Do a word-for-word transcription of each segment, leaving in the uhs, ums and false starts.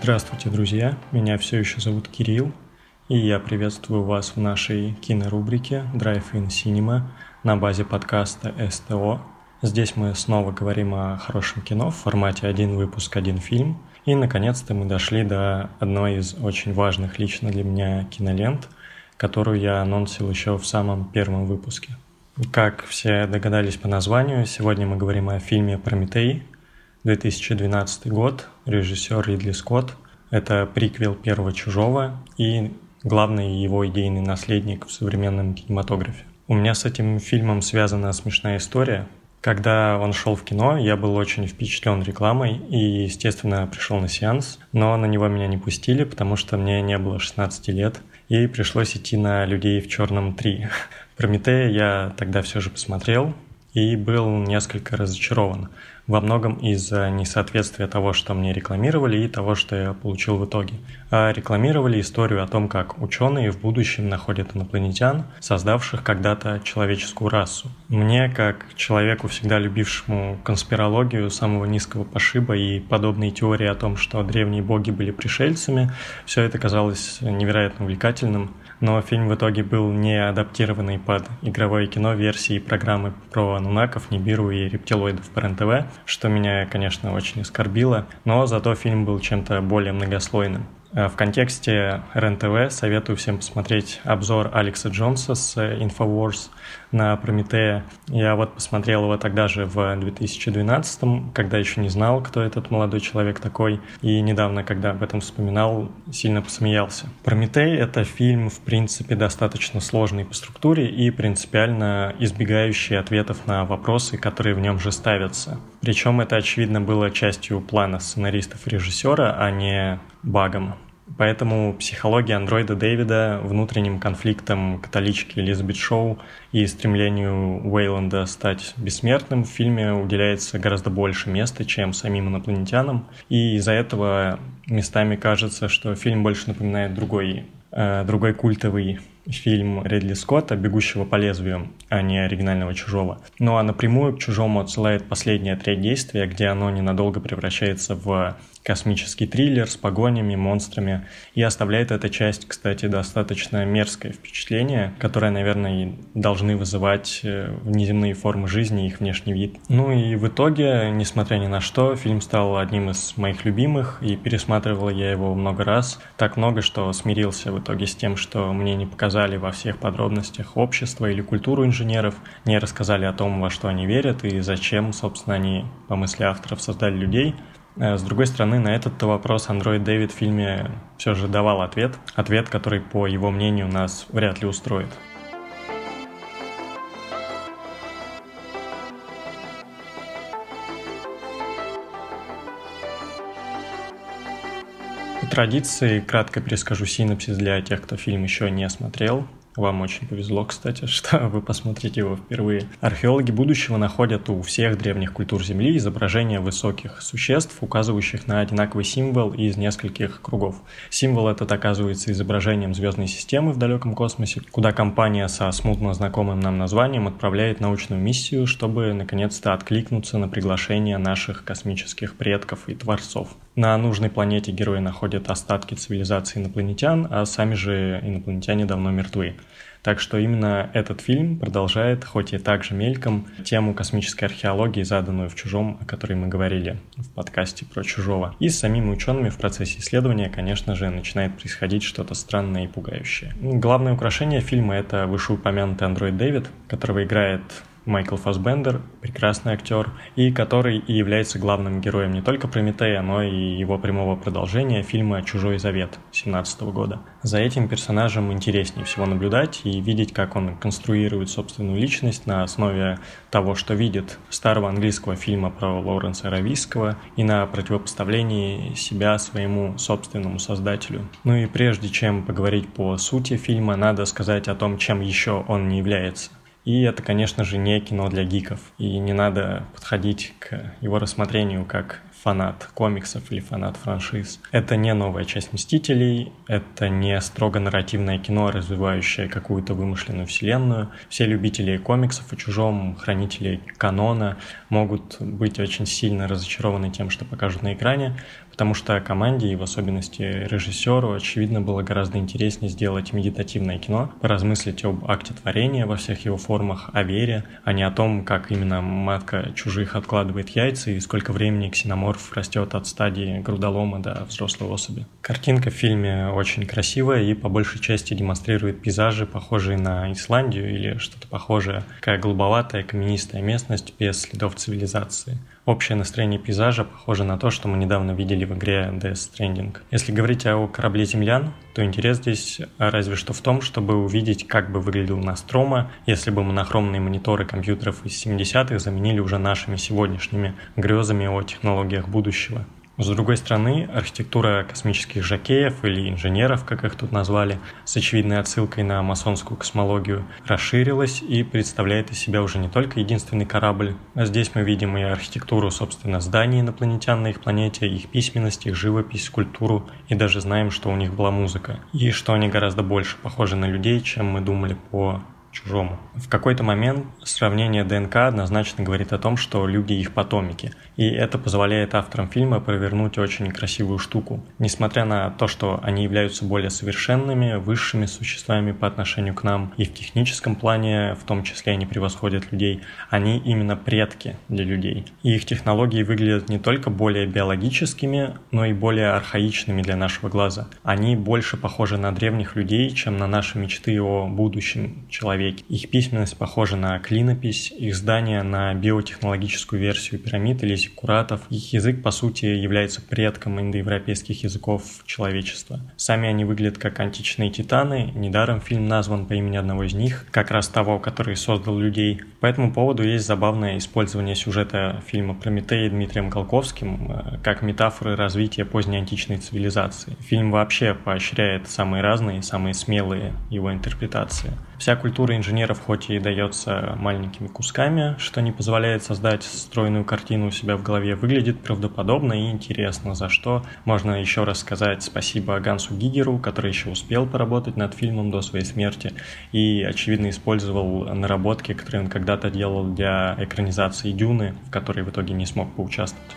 Здравствуйте, друзья! Меня все еще зовут Кирилл, и я приветствую вас в нашей кинорубрике Drive-In Cinema на базе подкаста эс тэ о. Здесь мы снова говорим о хорошем кино в формате один выпуск, один фильм. И, наконец-то, мы дошли до одной из очень важных лично для меня кинолент, которую я анонсил еще в самом первом выпуске. Как все догадались по названию, сегодня мы говорим о фильме «Прометей», две тысячи двенадцатый год, режиссер Ридли Скотт. Это приквел первого «Чужого» и главный его идейный наследник в современном кинематографе. У меня с этим фильмом связана смешная история. Когда он шел в кино, я был очень впечатлен рекламой и, естественно, пришел на сеанс, но на него меня не пустили, потому что мне не было шестнадцати лет, и пришлось идти на «Людей в черном три». «Прометея» я тогда все же посмотрел и был несколько разочарован. Во многом из-за несоответствия того, что мне рекламировали, и того, что я получил в итоге. А рекламировали историю о том, как ученые в будущем находят инопланетян, создавших когда-то человеческую расу. Мне, как человеку, всегда любившему конспирологию самого низкого пошиба и подобные теории о том, что древние боги были пришельцами, все это казалось невероятно увлекательным. Но фильм в итоге был не адаптированный под игровое кино версии программы про анунаков, Нибиру и рептилоидов по эр эн тэ вэ, что меня, конечно, очень оскорбило, но зато фильм был чем-то более многослойным. В контексте эр эн тэ вэ советую всем посмотреть обзор Алекса Джонса с Infowars на «Прометея». Я вот посмотрел его тогда же в две тысячи двенадцатом, когда еще не знал, кто этот молодой человек такой, и недавно, когда об этом вспоминал, сильно посмеялся. «Прометей» — это фильм, в принципе, достаточно сложный по структуре и принципиально избегающий ответов на вопросы, которые в нем же ставятся. Причем это, очевидно, было частью плана сценаристов и режиссера, а не багом. Поэтому психологии андроида Дэвида, внутренним конфликтам католички Элизабет Шоу и стремлению Уэйланда стать бессмертным в фильме уделяется гораздо больше места, чем самим инопланетянам. И из-за этого местами кажется, что фильм больше напоминает другой, э, другой культовый фильм Ридли Скотта «Бегущего по лезвию», а не оригинального «Чужого». Ну а напрямую к «Чужому» отсылает последняя треть действия, где оно ненадолго превращается в космический триллер с погонями, монстрами, и оставляет эта часть, кстати, достаточно мерзкое впечатление, которое, наверное, и должны вызывать внеземные формы жизни и их внешний вид. Ну и в итоге, несмотря ни на что, фильм стал одним из моих любимых, и пересматривал я его много раз, так много, что смирился в итоге с тем, что мне не показали во всех подробностях общество или культуру инженеров, не рассказали о том, во что они верят и зачем, собственно, они, по мысли авторов, создали людей. С другой стороны, на этот вопрос андроид Дэвид в фильме все же давал ответ. Ответ, который, по его мнению, нас вряд ли устроит. По традиции, кратко перескажу синопсис для тех, кто фильм еще не смотрел. Вам очень повезло, кстати, что вы посмотрите его впервые. Археологи будущего находят у всех древних культур Земли изображения высоких существ, указывающих на одинаковый символ из нескольких кругов. Символ этот оказывается изображением звездной системы в далеком космосе, куда компания со смутно знакомым нам названием отправляет научную миссию, чтобы наконец-то откликнуться на приглашение наших космических предков и творцов. На нужной планете герои находят остатки цивилизации инопланетян, а сами же инопланетяне давно мертвы. Так что именно этот фильм продолжает, хоть и так же мельком, тему космической археологии, заданную в «Чужом», о которой мы говорили в подкасте про «Чужого». И с самими учеными в процессе исследования, конечно же, начинает происходить что-то странное и пугающее. Главное украшение фильма — это вышеупомянутый андроид Дэвид, которого играет Майкл Фассбендер, прекрасный актер, и который и является главным героем не только «Прометея», но и его прямого продолжения фильма «Чужой завет» две тысячи семнадцатого года. За этим персонажем интереснее всего наблюдать и видеть, как он конструирует собственную личность на основе того, что видит старого английского фильма про Лоуренса Аравийского и на противопоставлении себя своему собственному создателю. Ну и прежде чем поговорить по сути фильма, надо сказать о том, чем еще он не является. И это, конечно же, не кино для гиков. И не надо подходить к его рассмотрению как фанат комиксов или фанат франшиз. Это не новая часть «Мстителей», это не строго нарративное кино, развивающее какую-то вымышленную вселенную. Все любители комиксов о «Чужом», хранители канона могут быть очень сильно разочарованы тем, что покажут на экране, потому что команде и в особенности режиссеру, очевидно, было гораздо интереснее сделать медитативное кино, поразмыслить об акте творения во всех его формах, о вере, а не о том, как именно матка чужих откладывает яйца и сколько времени ксеноморф растет от стадии грудолома до взрослой особи. Картинка в фильме очень красивая и по большей части демонстрирует пейзажи, похожие на Исландию или что-то похожее, такая голубоватая каменистая местность без следов цивилизации. Общее настроение пейзажа похоже на то, что мы недавно видели в игре Death Stranding. Если говорить о корабле землян, то интерес здесь разве что в том, чтобы увидеть, как бы выглядел Нострома, если бы монохромные мониторы компьютеров из семидесятых заменили уже нашими сегодняшними грезами о технологиях будущего. С другой стороны, архитектура космических жокеев или инженеров, как их тут назвали, с очевидной отсылкой на масонскую космологию, расширилась и представляет из себя уже не только единственный корабль, а здесь мы видим и архитектуру, собственно, зданий инопланетян на их планете, их письменность, их живопись, скульптуру, и даже знаем, что у них была музыка, и что они гораздо больше похожи на людей, чем мы думали по чужому. В какой-то момент сравнение ДНК однозначно говорит о том, что люди их потомки, и это позволяет авторам фильма провернуть очень красивую штуку. Несмотря на то, что они являются более совершенными, высшими существами по отношению к нам, и в техническом плане, в том числе они превосходят людей, они именно предки для людей. И их технологии выглядят не только более биологическими, но и более архаичными для нашего глаза. Они больше похожи на древних людей, чем на наши мечты о будущем человеке. Их письменность похожа на клинопись, их здания на биотехнологическую версию пирамид или зиккуратов. Их язык, по сути, является предком индоевропейских языков человечества. Сами они выглядят как античные титаны, недаром фильм назван по имени одного из них, как раз того, который создал людей. По этому поводу есть забавное использование сюжета фильма «Прометей» Дмитрием Голковским как метафоры развития поздней античной цивилизации. Фильм вообще поощряет самые разные, самые смелые его интерпретации. Вся культура инженеров хоть и дается маленькими кусками, что не позволяет создать стройную картину у себя в голове, выглядит правдоподобно и интересно, за что можно еще раз сказать спасибо Гансу Гигеру, который еще успел поработать над фильмом до своей смерти и, очевидно, использовал наработки, которые он когда-то делал для экранизации «Дюны», в которой в итоге не смог поучаствовать.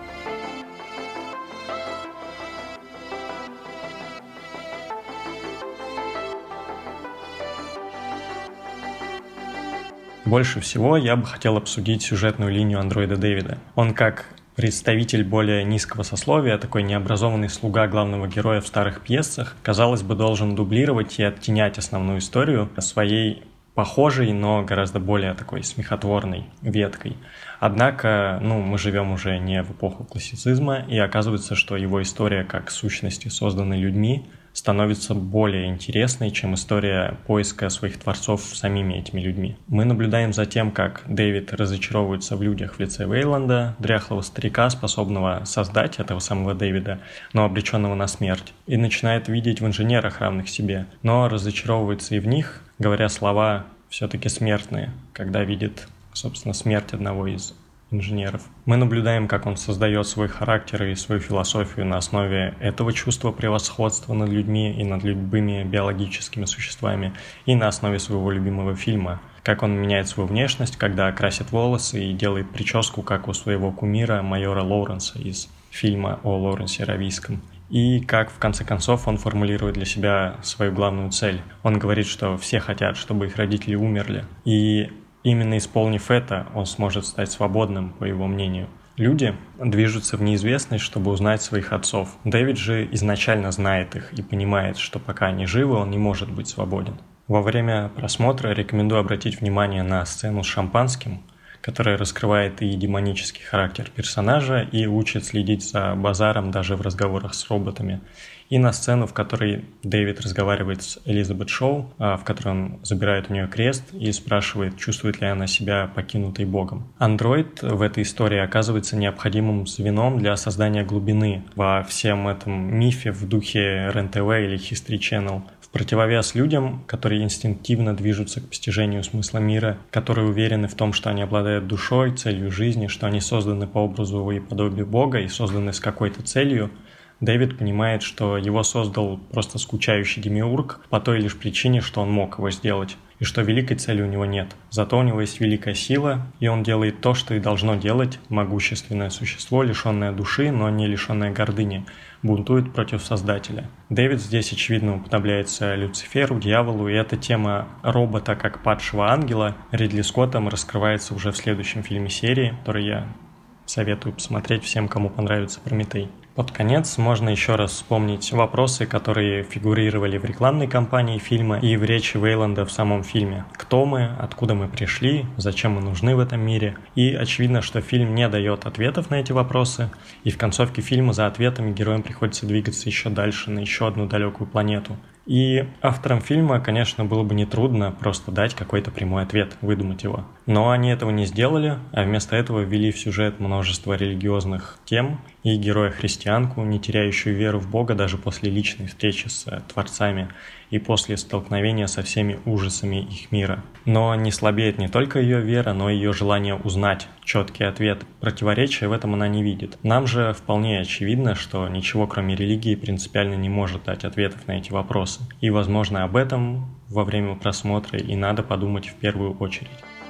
Больше всего я бы хотел обсудить сюжетную линию андроида Дэвида. Он как представитель более низкого сословия, такой необразованный слуга главного героя в старых пьесах, казалось бы, должен дублировать и оттенять основную историю своей похожей, но гораздо более такой смехотворной веткой. Однако, ну, мы живем уже не в эпоху классицизма, и оказывается, что его история как сущности, созданной людьми, становится более интересной, чем история поиска своих творцов самими этими людьми. Мы наблюдаем за тем, как Дэвид разочаровывается в людях в лице Вейланда, дряхлого старика, способного создать этого самого Дэвида, но обреченного на смерть, и начинает видеть в инженерах равных себе, но разочаровывается и в них, говоря слова все-таки смертные, когда видит, собственно, смерть одного из инженеров. Мы наблюдаем, как он создает свой характер и свою философию на основе этого чувства превосходства над людьми и над любыми биологическими существами, и на основе своего любимого фильма. Как он меняет свою внешность, когда красит волосы и делает прическу, как у своего кумира, майора Лоуренса из фильма о Лоуренсе Аравийском. И как, в конце концов, он формулирует для себя свою главную цель. Он говорит, что все хотят, чтобы их родители умерли. И именно исполнив это, он сможет стать свободным, по его мнению. Люди движутся в неизвестность, чтобы узнать своих отцов. Дэвид же изначально знает их и понимает, что пока они живы, он не может быть свободен. Во время просмотра рекомендую обратить внимание на сцену с шампанским, которая раскрывает и демонический характер персонажа, и учит следить за базаром даже в разговорах с роботами. И на сцену, в которой Дэвид разговаривает с Элизабет Шоу, в которой он забирает у нее крест и спрашивает, чувствует ли она себя покинутой Богом. Андроид в этой истории оказывается необходимым звеном для создания глубины во всем этом мифе в духе эр эн тэ вэ или History Channel. В противовес людям, которые инстинктивно движутся к постижению смысла мира, которые уверены в том, что они обладают душой, целью жизни, что они созданы по образу и подобию Бога и созданы с какой-то целью, Дэвид понимает, что его создал просто скучающий демиург по той лишь причине, что он мог его сделать, и что великой цели у него нет. Зато у него есть великая сила, и он делает то, что и должно делать могущественное существо, лишенное души, но не лишенное гордыни, бунтует против Создателя. Дэвид здесь, очевидно, уподобляется Люциферу, дьяволу, и эта тема робота как падшего ангела Ридли Скоттом раскрывается уже в следующем фильме серии, который я советую посмотреть всем, кому понравится «Прометей». Под конец можно еще раз вспомнить вопросы, которые фигурировали в рекламной кампании фильма и в речи Вейланда в самом фильме. Кто мы, откуда мы пришли, зачем мы нужны в этом мире. И очевидно, что фильм не дает ответов на эти вопросы, и в концовке фильма за ответами героям приходится двигаться еще дальше, на еще одну далекую планету. И авторам фильма, конечно, было бы нетрудно просто дать какой-то прямой ответ, выдумать его. Но они этого не сделали, а вместо этого ввели в сюжет множество религиозных тем и героя-христианку, не теряющую веру в Бога даже после личной встречи с творцами и после столкновения со всеми ужасами их мира. Но не слабеет не только ее вера, но и ее желание узнать четкий ответ. Противоречия в этом она не видит. Нам же вполне очевидно, что ничего кроме религии принципиально не может дать ответов на эти вопросы. И, возможно, об этом во время просмотра и надо подумать в первую очередь.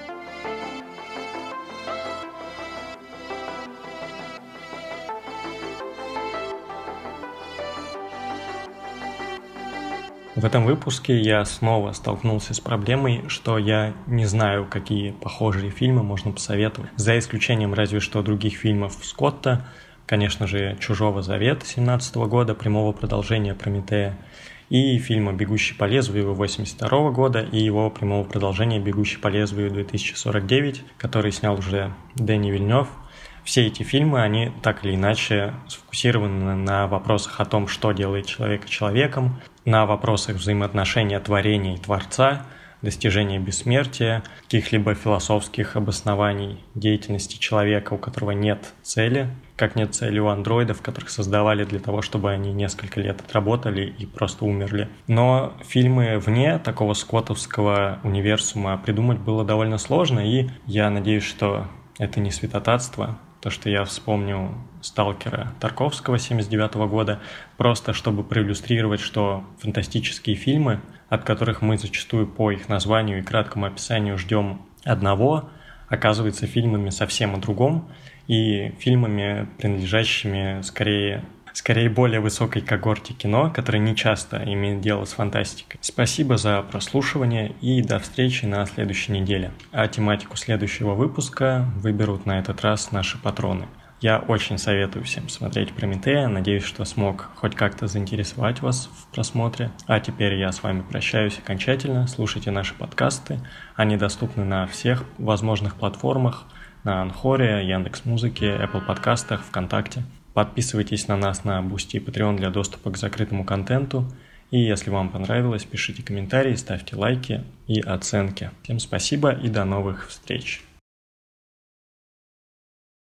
В этом выпуске я снова столкнулся с проблемой, что я не знаю, какие похожие фильмы можно посоветовать. За исключением разве что других фильмов Скотта, конечно же, «Чужого завета» семнадцатого года, прямого продолжения «Прометея», и фильма «Бегущий по лезвию» восемьдесят второго года и его прямого продолжения «Бегущий по лезвию» две тысячи сорок девять, который снял уже Дени Вильнёв. Все эти фильмы, они так или иначе сфокусированы на вопросах о том, что делает человека человеком, на вопросах взаимоотношения творения и творца, достижения бессмертия, каких-либо философских обоснований деятельности человека, у которого нет цели, как нет цели у андроидов, которых создавали для того, чтобы они несколько лет отработали и просто умерли. Но фильмы вне такого скоттовского универсума придумать было довольно сложно, и я надеюсь, что это не святотатство, то, что я вспомнил «Сталкера» Тарковского семьдесят девятого года, просто чтобы проиллюстрировать, что фантастические фильмы, от которых мы зачастую по их названию и краткому описанию ждем одного, оказываются фильмами совсем о другом, и фильмами, принадлежащими скорее, скорее более высокой когорте кино, которые не часто имеют дело с фантастикой. Спасибо за прослушивание и до встречи на следующей неделе. А тематику следующего выпуска выберут на этот раз наши патроны. Я очень советую всем смотреть «Прометея», надеюсь, что смог хоть как-то заинтересовать вас в просмотре. А теперь я с вами прощаюсь окончательно, слушайте наши подкасты, они доступны на всех возможных платформах, на Анхоре, Яндекс.Музыке, Apple подкастах, ВКонтакте. Подписывайтесь на нас на Boosty и Patreon для доступа к закрытому контенту. И если вам понравилось, пишите комментарии, ставьте лайки и оценки. Всем спасибо и до новых встреч!